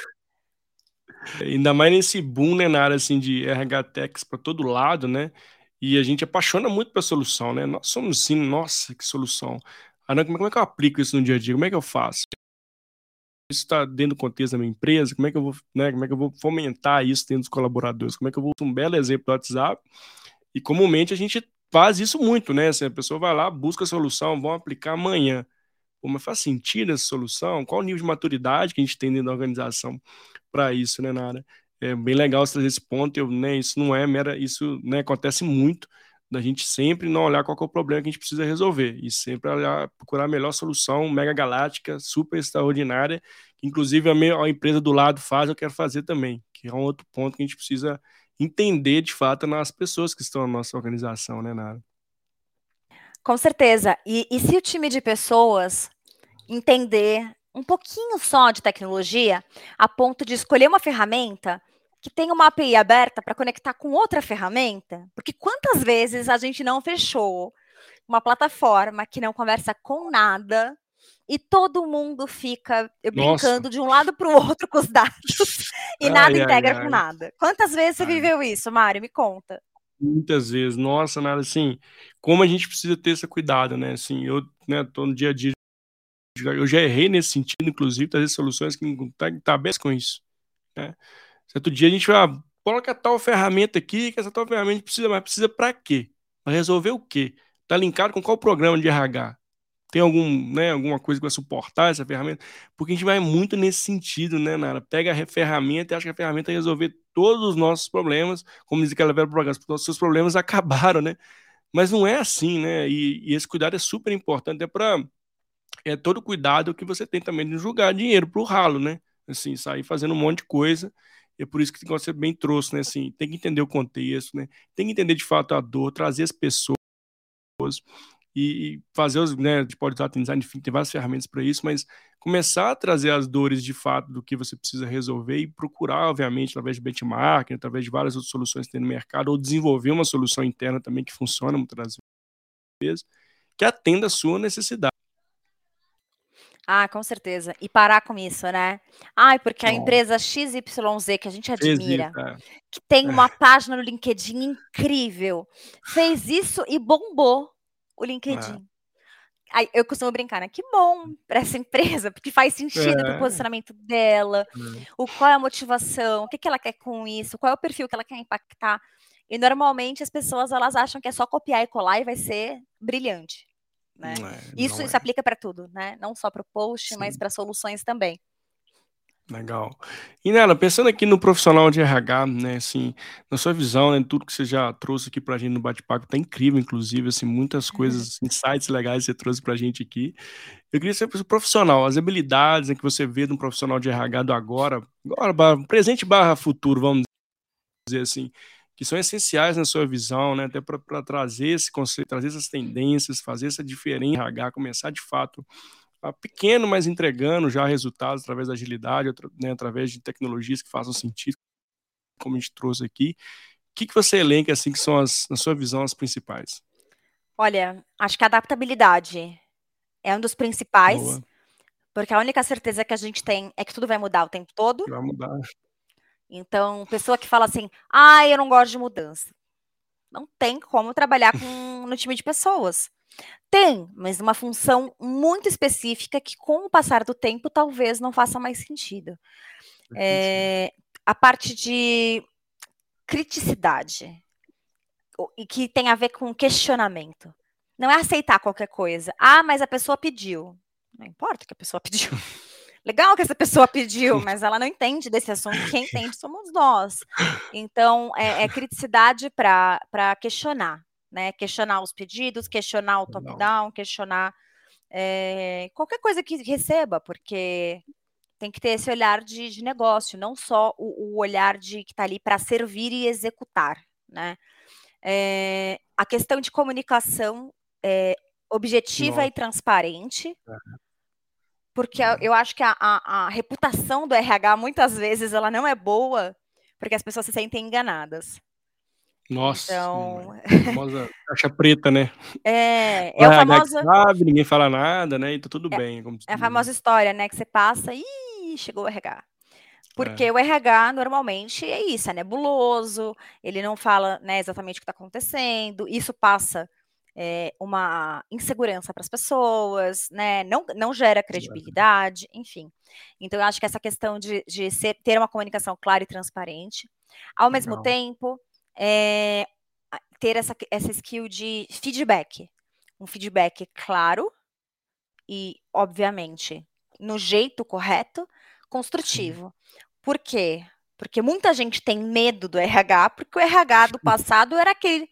ainda mais nesse boom, né, na área assim, de RH Techs para todo lado, né? E a gente apaixona muito pela solução, né? Nós somos assim, nossa, que solução. Ah, não, como é que eu aplico isso no dia a dia? Como é que eu faço? Isso está dentro do contexto da minha empresa? Como é que eu vou, né, como é que eu vou fomentar isso dentro dos colaboradores? Como é que eu vou um belo exemplo do WhatsApp? E comumente a gente faz isso muito, né? Assim, a pessoa vai lá, busca a solução, vão aplicar amanhã. Pô, mas faz sentido essa solução? Qual o nível de maturidade que a gente tem dentro da organização para isso, né, Nara? É bem legal você trazer esse ponto, né, isso não é mera, isso, né, acontece muito, da gente sempre não olhar qual que é o problema que a gente precisa resolver, e sempre olhar, procurar a melhor solução, mega galáctica, super extraordinária, que inclusive a empresa do lado faz, eu quero fazer também, que é um outro ponto que a gente precisa entender de fato nas pessoas que estão na nossa organização, né, Nara? Com certeza. E se o time de pessoas entender um pouquinho só de tecnologia, a ponto de escolher uma ferramenta que tenha uma API aberta para conectar com outra ferramenta, porque quantas vezes a gente não fechou uma plataforma que não conversa com nada e todo mundo fica Nossa, brincando de um lado para o outro com os dados e nada ai, ai, integra com ai, nada. Quantas vezes você ai. viveu isso, Mário? Me conta. Muitas vezes, nossa, nada assim, como a gente precisa ter esse cuidado, né? Assim, eu, né, tô no dia a dia, eu já errei nesse sentido, inclusive, trazer soluções que não tá bem com isso, né? Certo dia a gente vai, coloca tal ferramenta aqui, que essa tal ferramenta precisa, mas precisa para quê? Para resolver o quê? Tá linkado com qual programa de RH? Tem algum, né, alguma coisa que vai suportar essa ferramenta? Porque a gente vai muito nesse sentido, né, Nara? Pega a ferramenta e acha que a ferramenta vai resolver todos os nossos problemas, como diz aquela velha programa, os seus problemas acabaram, né? Mas não é assim, né? E esse cuidado é super importante, todo cuidado que você tem também de jogar dinheiro pro ralo, né? Assim, sair fazendo um monte de coisa. E é por isso que você bem trouxe, né? Assim, tem que entender o contexto, né? Tem que entender de fato a dor, trazer as pessoas e fazer os, né, de pode usar, tem design, enfim, tem várias ferramentas para isso, mas começar a trazer as dores de fato do que você precisa resolver e procurar, obviamente, através de benchmarking, através de várias outras soluções que tem no mercado, ou desenvolver uma solução interna também que funciona muitas vezes, que atenda a sua necessidade. Ah, com certeza. E parar com isso, né? Ai, porque a Nossa, empresa XYZ, que a gente fez isso, admira, que tem uma página no LinkedIn incrível, fez isso e bombou o É, LinkedIn. Aí eu costumo brincar, né? Que bom para essa empresa, porque faz sentido para o é, posicionamento dela, é. qual é a motivação, o que que ela quer com isso, qual é o perfil que ela quer impactar. E normalmente as pessoas elas acham que é só copiar e colar e vai ser brilhante, né? Isso, Não isso é. aplica para tudo, né? Não só para o post, mas Sim. para soluções também. Legal. E nela, pensando aqui no profissional de RH, né, assim, na sua visão, né, tudo que você já trouxe aqui pra gente no bate-papo, tá incrível, inclusive, assim, muitas coisas, insights legais que você trouxe pra gente aqui. Eu queria saber, pro profissional, as habilidades, né, que você vê de um profissional de RH do agora presente barra futuro, vamos dizer assim, que são essenciais na sua visão, né, até para trazer esse conceito, trazer essas tendências, fazer essa diferença em RH, começar de fato pequeno, mas entregando já resultados através da agilidade, né, através de tecnologias que façam sentido, como a gente trouxe aqui. O que você elenca, assim, que são, na sua visão, as principais? Olha, acho que a adaptabilidade é um dos principais, Boa, porque a única certeza que a gente tem é que tudo vai mudar o tempo todo. que vai mudar. Então, pessoa que fala assim, ah, eu não gosto de mudança. Não tem como trabalhar no time de pessoas. Tem, mas numa função muito específica que, com o passar do tempo, talvez não faça mais sentido. Faz sentido. A parte de criticidade, e que tem a ver com questionamento. Não é aceitar qualquer coisa. Ah, mas a pessoa pediu. Não importa o que a pessoa pediu. Legal que essa pessoa pediu, mas ela não entende desse assunto. Quem entende somos nós. Então, é criticidade para questionar, né? Questionar os pedidos, questionar o Legal. top-down, questionar qualquer coisa que receba, porque tem que ter esse olhar de negócio, não só o olhar de que está ali para servir e executar, né? A questão de comunicação objetiva e Nossa, transparente, porque é. eu acho que a reputação do RH, muitas vezes, ela não é boa, porque as pessoas se sentem enganadas. Nossa, Então, a famosa caixa preta, né? O é o RH que famoso, sabe, ninguém fala nada, né? E tá tudo é, bem, como se é a diz, né? famosa história, né, que você passa e chegou o RH. É, Porque o RH normalmente é isso, é nebuloso, ele não fala, né, exatamente o que está acontecendo, isso passa uma insegurança para as pessoas, né, não gera credibilidade, enfim. Então, eu acho que essa questão de ter uma comunicação clara e transparente, ao mesmo legal. tempo, ter essa skill de feedback, um feedback claro e, obviamente, no jeito correto, Sim. construtivo. Por quê? Porque muita gente tem medo do RH, porque o RH do passado era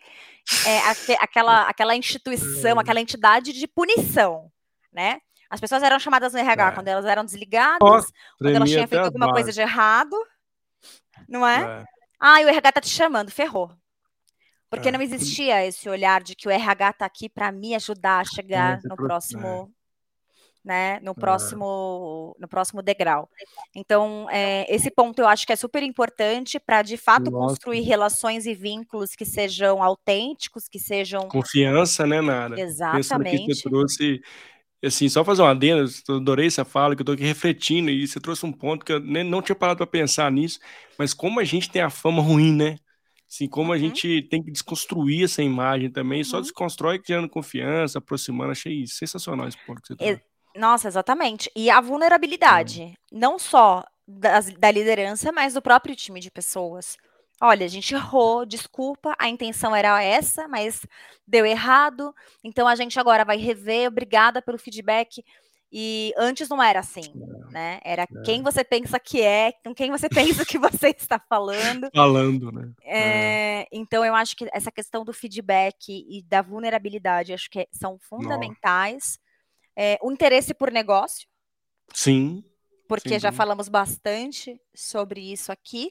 aquela instituição, É. aquela entidade de punição, né? As pessoas eram chamadas no RH É. quando elas eram Nossa, desligadas, quando elas tremia tinham até feito as alguma coisa bases. de errado, não é? É, Ah, e o RH tá te chamando, ferrou. Porque é. não existia esse olhar de que o RH tá aqui para me ajudar a chegar Você no trouxe, próximo, né, é, no próximo degrau. Então, esse ponto eu acho que é super importante para, de fato, nossa, construir relações e vínculos que sejam autênticos, que sejam confiança, né, Nara? Pensando aqui que você exatamente. trouxe, assim, só fazer uma adendo, eu adorei essa fala, que eu tô aqui refletindo, e você trouxe um ponto que eu nem, não tinha parado para pensar nisso, mas como a gente tem a fama ruim, né? Assim, como a Uhum, gente tem que desconstruir essa imagem também, só uhum. desconstrói criando confiança, aproximando, achei sensacional esse ponto que você E- trouxe. Nossa, exatamente. E a É, vulnerabilidade, não só da liderança, mas do próprio time de pessoas. Olha, a gente errou, desculpa, a intenção era essa, mas deu errado, então a gente agora vai rever, obrigada pelo feedback. E antes não era assim, né? Era quem é. você pensa que é, com quem você pensa que você está falando. Falando, né? É, Então, eu acho que essa questão do feedback e da vulnerabilidade, acho que são nó. fundamentais. O interesse por negócio, Sim, sem porque já dúvida. falamos bastante sobre isso aqui.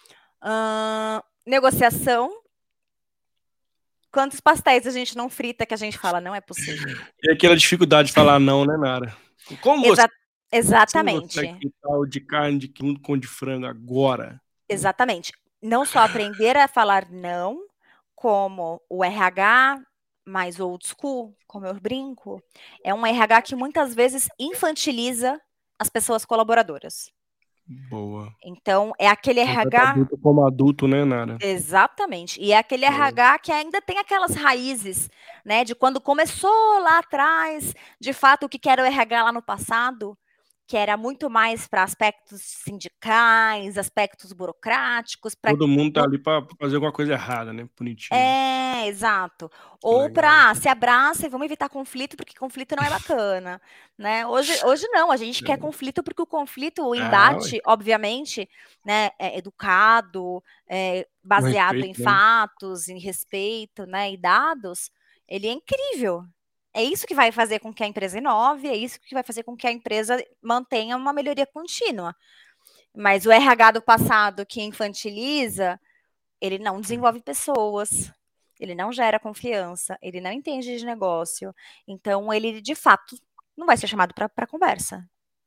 Negociação. Quantos pastéis a gente não frita que a gente fala, não é possível. E aquela dificuldade de falar não, né, Nara? Como Exa você vai exatamente, fritar o de carne de junto com o de frango agora? Né? exatamente. Não só aprender a falar não, como o RH. mais old school, como eu brinco, é um RH que muitas vezes infantiliza as pessoas colaboradoras. Boa. Então, é aquele Não trata RH. adulto como adulto, né, Nara? Exatamente. E é aquele Boa. RH que ainda tem aquelas raízes, né, de quando começou lá atrás, de fato, o que era o RH lá no passado, que era muito mais para aspectos sindicais, aspectos burocráticos, para Todo mundo tá ali para fazer alguma coisa errada, né? Punitivo. exato. Ou Legal. para se abraça e vamos evitar conflito, porque conflito não é bacana, né? Hoje não, a gente quer conflito porque o conflito, o Ué. embate, obviamente, né, é educado, Com baseado respeito, em né? fatos, em respeito, né, e dados, ele é incrível. É isso que vai fazer com que a empresa inove, é isso que vai fazer com que a empresa mantenha uma melhoria contínua. Mas o RH do passado que infantiliza, ele não desenvolve pessoas, ele não gera confiança, ele não entende de negócio. Então, ele, de fato, não vai ser chamado para conversa.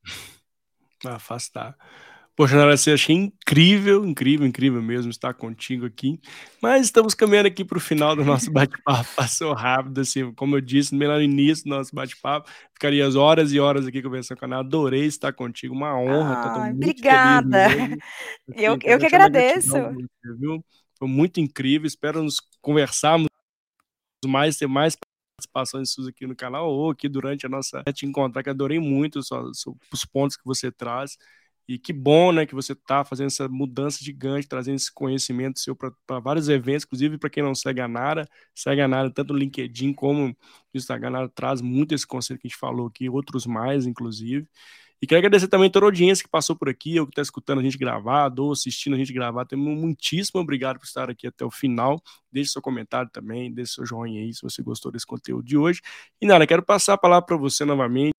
Afastar. Poxa, Nara, você achei incrível, incrível, incrível mesmo estar contigo aqui. Mas estamos caminhando aqui para o final do nosso bate-papo. Passou rápido, assim, como eu disse bem lá no início do nosso bate-papo. Ficaria as horas e horas aqui conversando com a Nara. Adorei estar contigo, uma honra, tô muito feliz Obrigada. mesmo. Assim, Eu quero que deixar minha agradeço. gratidão por você, viu? Foi muito incrível. Espero nos conversarmos mais, ter mais participações suas aqui no canal ou aqui durante a nossa te encontrar, que adorei muito os pontos que você traz. E que bom, né, que você está fazendo essa mudança gigante, trazendo esse conhecimento seu para vários eventos, inclusive para quem não segue a Nara tanto no LinkedIn como no Instagram. A Nara traz muito esse conceito que a gente falou aqui, outros mais, inclusive. E quero agradecer também toda a audiência que passou por aqui, ou que está escutando a gente gravado, ou assistindo a gente gravado. Muitíssimo obrigado por estar aqui até o final. Deixe seu comentário também, deixe seu joinha aí se você gostou desse conteúdo de hoje. E nada, quero passar a palavra para você novamente,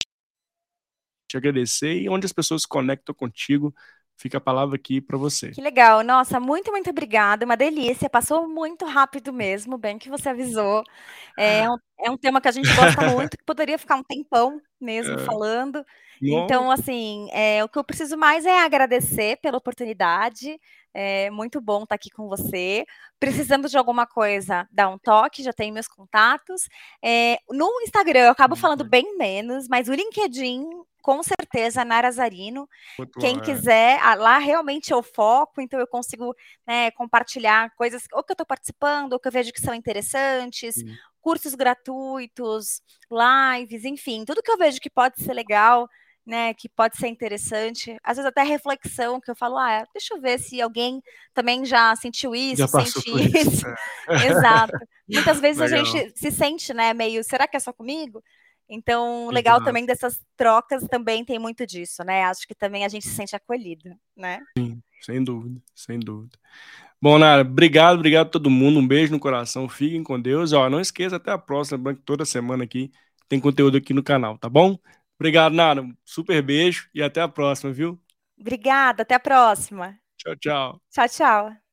te agradecer e onde as pessoas se conectam contigo, fica a palavra aqui para você. Que legal. Nossa, muito, muito obrigada. Uma delícia. Passou muito rápido mesmo, bem que você avisou. É um tema que a gente gosta muito, que poderia ficar um tempão mesmo falando. Então, assim, o que eu preciso mais é agradecer pela oportunidade. É muito bom estar aqui com você. Precisando de alguma coisa, dá um toque, já tem meus contatos. No Instagram eu acabo falando bem menos, mas o LinkedIn, com certeza, Nara Zarino. Quem quiser, lá realmente eu foco, então eu consigo, né, compartilhar coisas ou que eu estou participando, ou que eu vejo que são interessantes, cursos gratuitos, lives, enfim, tudo que eu vejo que pode ser legal, né, que pode ser interessante, às vezes até reflexão, que eu falo, deixa eu ver se alguém também já sentiu isso, Já passou sente por isso. isso. Exato. Muitas vezes a Legal. gente se sente, né, meio, será que é só comigo? Então, legal Exato. também dessas trocas também tem muito disso, né? Acho que também a gente se sente acolhido, né? Sem dúvida, sem dúvida. Bom, Nara, obrigado a todo mundo. Um beijo no coração. Fiquem com Deus. Ó, não esqueça, até a próxima. Lembrando que toda semana aqui tem conteúdo aqui no canal, tá bom? Obrigado, Nara. Super beijo e até a próxima, viu? Obrigada, até a próxima. Tchau, tchau. Tchau, tchau.